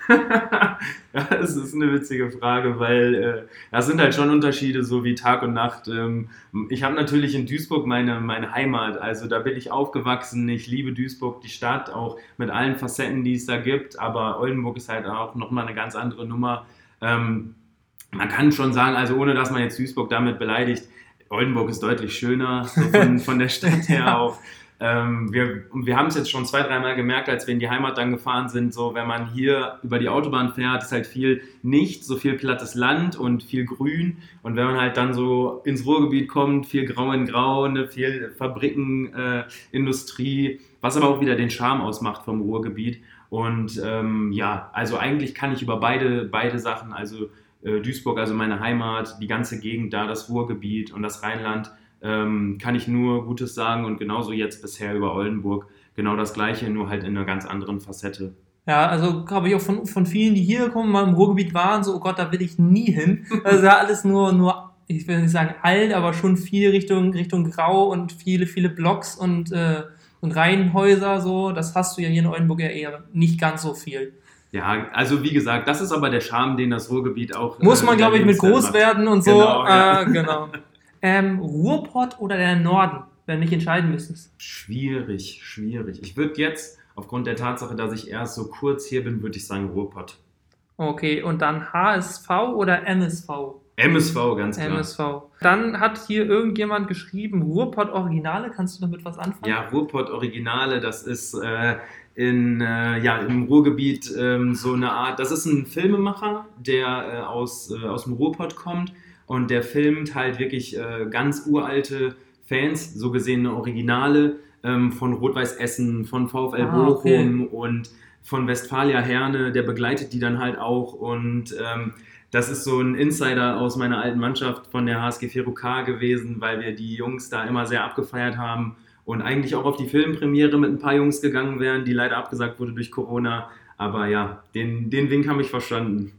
Speaker 5: Ja, das ist eine witzige Frage, weil äh, das sind halt schon Unterschiede, so wie Tag und Nacht. Ähm, ich habe natürlich in Duisburg meine, meine Heimat, also da bin ich aufgewachsen. Ich liebe Duisburg, die Stadt, auch mit allen Facetten, die es da gibt, aber Oldenburg ist halt auch nochmal eine ganz andere Nummer. Ähm, man kann schon sagen, also ohne dass man jetzt Duisburg damit beleidigt, Oldenburg ist deutlich schöner, so von, von der Stadt her auch. Ähm, wir wir haben es jetzt schon zwei, dreimal gemerkt, als wir in die Heimat dann gefahren sind, so wenn man hier über die Autobahn fährt, ist halt viel nicht, so viel plattes Land und viel Grün. Und wenn man halt dann so ins Ruhrgebiet kommt, viel Grau in Grau, ne, viel Fabriken, äh, Industrie, was aber auch wieder den Charme ausmacht vom Ruhrgebiet. Und ähm, ja, also eigentlich kann ich über beide, beide Sachen, also Duisburg, also meine Heimat, die ganze Gegend da, das Ruhrgebiet und das Rheinland, ähm, kann ich nur Gutes sagen und genauso jetzt bisher über Oldenburg genau das Gleiche, nur halt in einer ganz anderen Facette.
Speaker 4: Ja, also habe ich auch von, von vielen, die hier kommen, mal im Ruhrgebiet waren, so, oh Gott, da will ich nie hin. Also ja, alles nur, nur, ich will nicht sagen alt, aber schon viel Richtung, Richtung Grau und viele, viele Blocks und, äh, und Reihenhäuser, so. Das hast du ja hier in Oldenburg ja eher nicht ganz so viel.
Speaker 5: Ja, also wie gesagt, das ist aber der Charme, den das Ruhrgebiet auch...
Speaker 4: Muss man,
Speaker 5: äh,
Speaker 4: glaube ich, mit
Speaker 5: lebenswert
Speaker 4: groß
Speaker 5: macht.
Speaker 4: werden und so.
Speaker 5: Genau, ja.
Speaker 4: äh, genau. Ähm, Ruhrpott oder der Norden, wenn du dich entscheiden müsstest?
Speaker 5: Schwierig, schwierig. Ich würde jetzt, aufgrund der Tatsache, dass ich erst so kurz hier bin, würde ich sagen Ruhrpott.
Speaker 4: Okay, und dann H S V oder M S V?
Speaker 5: M S V, ganz klar.
Speaker 4: M S V. Dann hat hier irgendjemand geschrieben, Ruhrpott Originale, kannst du damit was anfangen?
Speaker 5: Ja, Ruhrpott Originale, das ist äh, in, äh, ja, im Ruhrgebiet ähm, so eine Art, das ist ein Filmemacher, der äh, aus, äh, aus dem Ruhrpott kommt und der filmt halt wirklich äh, ganz uralte Fans, so gesehene Originale ähm, von Rot-Weiß Essen, von VfL
Speaker 4: Ah,
Speaker 5: Bochum
Speaker 4: okay.
Speaker 5: und von Westfalia Herne, der begleitet die dann halt auch und ähm, das ist so ein Insider aus meiner alten Mannschaft von der H S G Ferro K gewesen, weil wir die Jungs da immer sehr abgefeiert haben und eigentlich auch auf die Filmpremiere mit ein paar Jungs gegangen wären, die leider abgesagt wurde durch Corona. Aber ja, den, den Wink habe ich verstanden.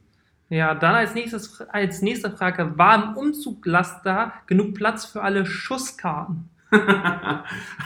Speaker 4: Ja, dann als nächstes, als nächste Frage, war im Umzuglaster genug Platz für alle Schusskarten?
Speaker 5: Ja,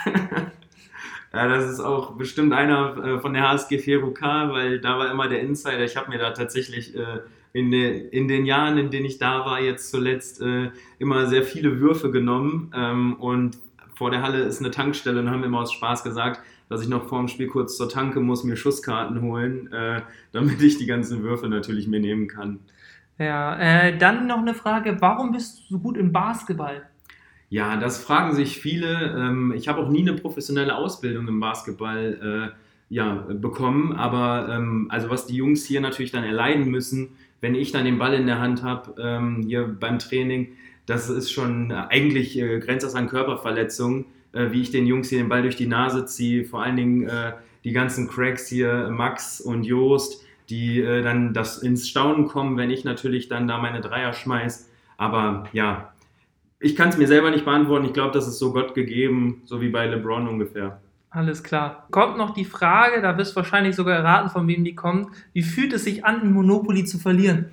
Speaker 5: das ist auch bestimmt einer äh, von der H S G vier U K, weil da war immer der Insider. Ich habe mir da tatsächlich äh, in, de, in den Jahren, in denen ich da war, jetzt zuletzt äh, immer sehr viele Würfe genommen. Ähm, und vor der Halle ist eine Tankstelle und haben wir immer aus Spaß gesagt, dass ich noch vor dem Spiel kurz zur Tanke muss, mir Schusskarten holen, äh, damit ich die ganzen Würfe natürlich mir nehmen kann.
Speaker 4: Ja, äh, dann noch eine Frage, warum bist du so gut im Basketball?
Speaker 5: Ja, das fragen sich viele. Ähm, ich habe auch nie eine professionelle Ausbildung im Basketball äh, ja, bekommen, aber ähm, also was die Jungs hier natürlich dann erleiden müssen, wenn ich dann den Ball in der Hand habe, ähm, hier beim Training, das ist schon eigentlich äh, grenzt das an Körperverletzung, äh, wie ich den Jungs hier den Ball durch die Nase ziehe, vor allen Dingen äh, die ganzen Cracks hier, Max und Joost, die äh, dann das ins Staunen kommen, wenn ich natürlich dann da meine Dreier schmeiß. Aber ja, ich kann es mir selber nicht beantworten. Ich glaube, das ist so Gott gegeben, so wie bei LeBron ungefähr.
Speaker 4: Alles klar. Kommt noch die Frage, da wirst du wahrscheinlich sogar erraten, von wem die kommt. Wie fühlt es sich an, in Monopoly zu verlieren?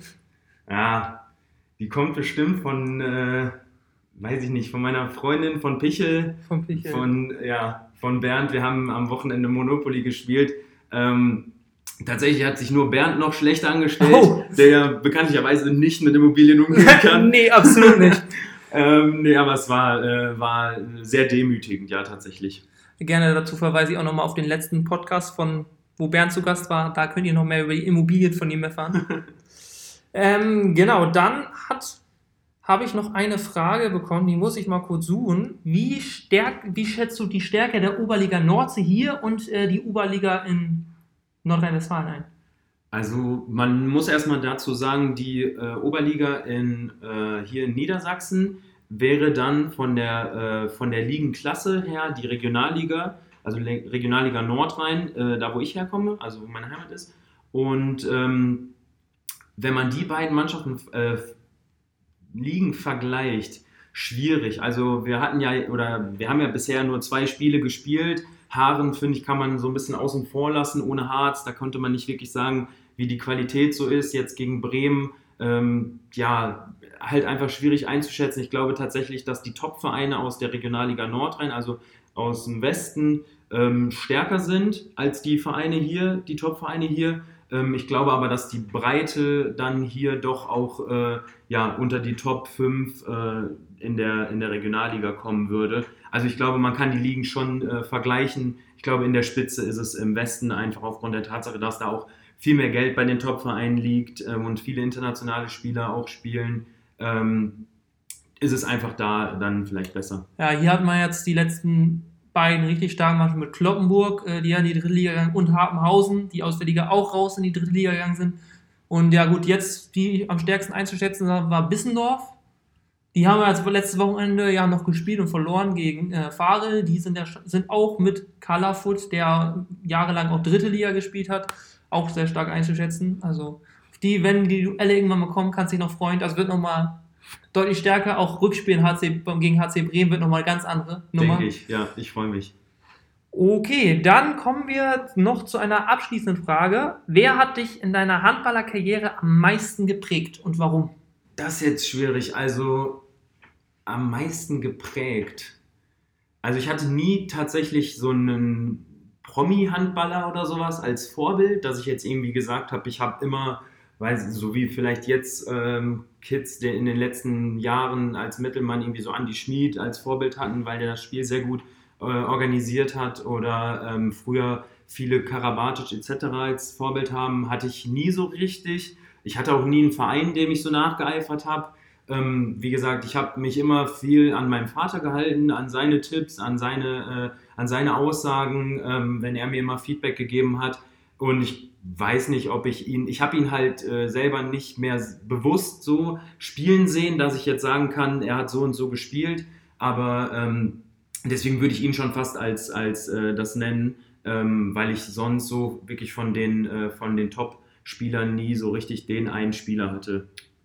Speaker 5: Ja, die kommt bestimmt von, äh, weiß ich nicht, von meiner Freundin, von Pichel,
Speaker 4: Von Pichel.
Speaker 5: von, ja, von Bernd. Wir haben am Wochenende Monopoly gespielt. Ähm, tatsächlich hat sich nur Bernd noch schlechter angestellt,
Speaker 4: Oh.
Speaker 5: der ja bekanntlicherweise nicht mit Immobilien umgehen kann.
Speaker 4: Nee, absolut nicht.
Speaker 5: ähm, nee, aber es war, äh, war sehr demütigend, ja, tatsächlich.
Speaker 4: Gerne dazu verweise ich auch nochmal auf den letzten Podcast, von wo Bernd zu Gast war. Da könnt ihr noch mehr über die Immobilien von ihm erfahren. ähm, genau, dann hat habe ich noch eine Frage bekommen, die muss ich mal kurz suchen. Wie, stärk, wie schätzt du die Stärke der Oberliga Nordsee hier und äh, die Oberliga in Nordrhein-Westfalen ein?
Speaker 5: Also man muss erstmal dazu sagen, die äh, Oberliga in, äh, hier in Niedersachsen wäre dann von der, äh, von der Ligenklasse her die Regionalliga, also Le- Regionalliga Nordrhein, äh, da wo ich herkomme, also wo meine Heimat ist. Und ähm, wenn man die beiden Mannschaften äh, Ligen vergleicht, schwierig. Also wir hatten ja, oder wir haben ja bisher nur zwei Spiele gespielt. Haaren, finde ich, kann man so ein bisschen außen vor lassen, ohne Harz. Da konnte man nicht wirklich sagen, wie die Qualität so ist. Jetzt gegen Bremen, ähm, ja, halt einfach schwierig einzuschätzen. Ich glaube tatsächlich, dass die Top-Vereine aus der Regionalliga Nordrhein, also aus dem Westen, ähm, stärker sind als die Vereine hier, die Top-Vereine hier. Ähm, ich glaube aber, dass die Breite dann hier doch auch äh, ja, unter die Top fünf äh, in, der, in der Regionalliga kommen würde. Also ich glaube, man kann die Ligen schon äh, vergleichen. Ich glaube, in der Spitze ist es im Westen einfach aufgrund der Tatsache, dass da auch viel mehr Geld bei den Top-Vereinen liegt ähm, und viele internationale Spieler auch spielen, ähm, ist es einfach da dann vielleicht besser.
Speaker 4: Ja, hier hat man jetzt die letzten beiden richtig starken Mannschaften mit Cloppenburg, äh, die ja in die dritte Liga gegangen, und Hapenhausen, die aus der Liga auch raus in die dritte Liga gegangen sind. Und ja gut, jetzt die am stärksten einzuschätzen war Bissendorf. Die haben jetzt letztes Wochenende ja noch gespielt und verloren gegen äh, Farel. Die sind, ja, sind auch mit Kalafut, der jahrelang auch dritte Liga gespielt hat, auch sehr stark einzuschätzen. Also die, wenn die Duelle irgendwann mal kommen, kannst du dich noch freuen. Das wird nochmal deutlich stärker. Auch Rückspielen H C, gegen H C Bremen wird nochmal eine ganz andere Nummer.
Speaker 5: Denke ich, ja, ich freue mich.
Speaker 4: Okay, dann kommen wir noch zu einer abschließenden Frage. Wer hat dich in deiner Handballerkarriere am meisten geprägt und warum?
Speaker 5: Das ist jetzt schwierig. Also am meisten geprägt. Also ich hatte nie tatsächlich so einen Promi-Handballer oder sowas als Vorbild, dass ich jetzt irgendwie gesagt habe, ich habe immer, weiß ich, so wie vielleicht jetzt ähm, Kids, die in den letzten Jahren als Mittelmann irgendwie so Andi Schmid als Vorbild hatten, weil der das Spiel sehr gut äh, organisiert hat, oder ähm, früher viele Karabatic et cetera als Vorbild haben, hatte ich nie so richtig. Ich hatte auch nie einen Verein, dem ich so nachgeeifert habe. Ähm, wie gesagt, ich habe mich immer viel an meinen Vater gehalten, an seine Tipps, an seine, äh, an seine Aussagen, ähm, wenn er mir immer Feedback gegeben hat. Und ich weiß nicht, ob ich ihn, ich habe ihn halt äh, selber nicht mehr bewusst so spielen sehen, dass ich jetzt sagen kann, er hat so und so gespielt. Aber ähm, deswegen würde ich ihn schon fast als, als äh, das nennen, ähm, weil ich sonst so wirklich von den, äh, von den Top-Spielern nie so richtig den einen Spieler hatte.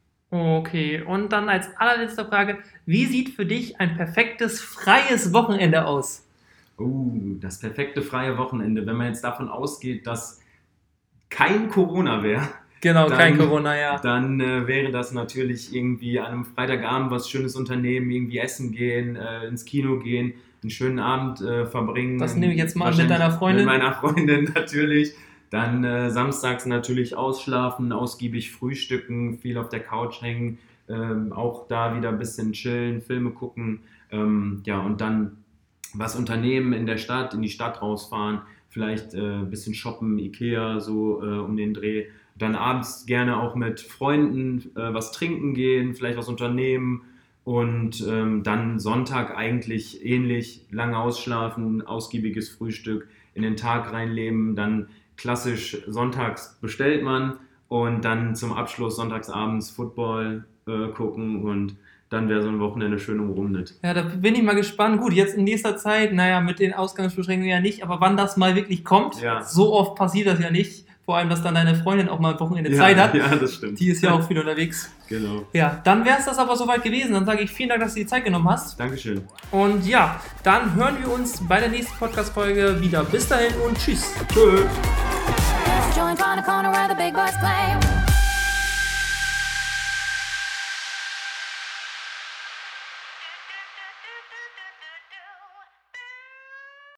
Speaker 4: Okay, und dann als allerletzte Frage, wie sieht für dich ein perfektes freies Wochenende aus?
Speaker 5: Oh, das perfekte freie Wochenende. Wenn man jetzt davon ausgeht, dass kein Corona wäre,
Speaker 4: Genau,
Speaker 5: dann,
Speaker 4: kein Corona, ja.
Speaker 5: Dann äh, wäre das natürlich irgendwie an einem Freitagabend was Schönes unternehmen, irgendwie essen gehen, äh, ins Kino gehen, einen schönen Abend äh, verbringen.
Speaker 4: Das nehme ich jetzt mal mit deiner Freundin.
Speaker 5: Mit meiner Freundin natürlich. Dann äh, samstags natürlich ausschlafen, ausgiebig frühstücken, viel auf der Couch hängen, ähm, auch da wieder ein bisschen chillen, Filme gucken, ähm, ja, und dann was unternehmen in der Stadt, in die Stadt rausfahren, vielleicht äh, ein bisschen shoppen, Ikea, so äh, um den Dreh. Dann abends gerne auch mit Freunden äh, was trinken gehen, vielleicht was unternehmen und ähm, dann Sonntag eigentlich ähnlich, lange ausschlafen, ausgiebiges Frühstück, in den Tag reinleben, dann klassisch sonntags bestellt man und dann zum Abschluss sonntagsabends Football äh, gucken und dann wäre so ein Wochenende schön umrundet.
Speaker 4: Ja, da bin ich mal gespannt. Gut, jetzt in nächster Zeit, naja, mit den Ausgangsbeschränkungen ja nicht, aber wann das mal wirklich kommt,
Speaker 5: Ja.
Speaker 4: so oft passiert das ja nicht. Vor allem, dass dann deine Freundin auch mal ein Wochenende
Speaker 5: Ja,
Speaker 4: Zeit hat.
Speaker 5: ja, das stimmt.
Speaker 4: Die ist ja auch viel unterwegs.
Speaker 5: Genau.
Speaker 4: Ja, dann wäre es das aber soweit gewesen. Dann sage ich vielen Dank, dass du die Zeit genommen hast.
Speaker 5: Dankeschön.
Speaker 4: Und ja, dann hören wir uns bei der nächsten Podcast-Folge wieder. Bis dahin und tschüss.
Speaker 5: Tschö.
Speaker 1: Joint on the corner where the big boys play.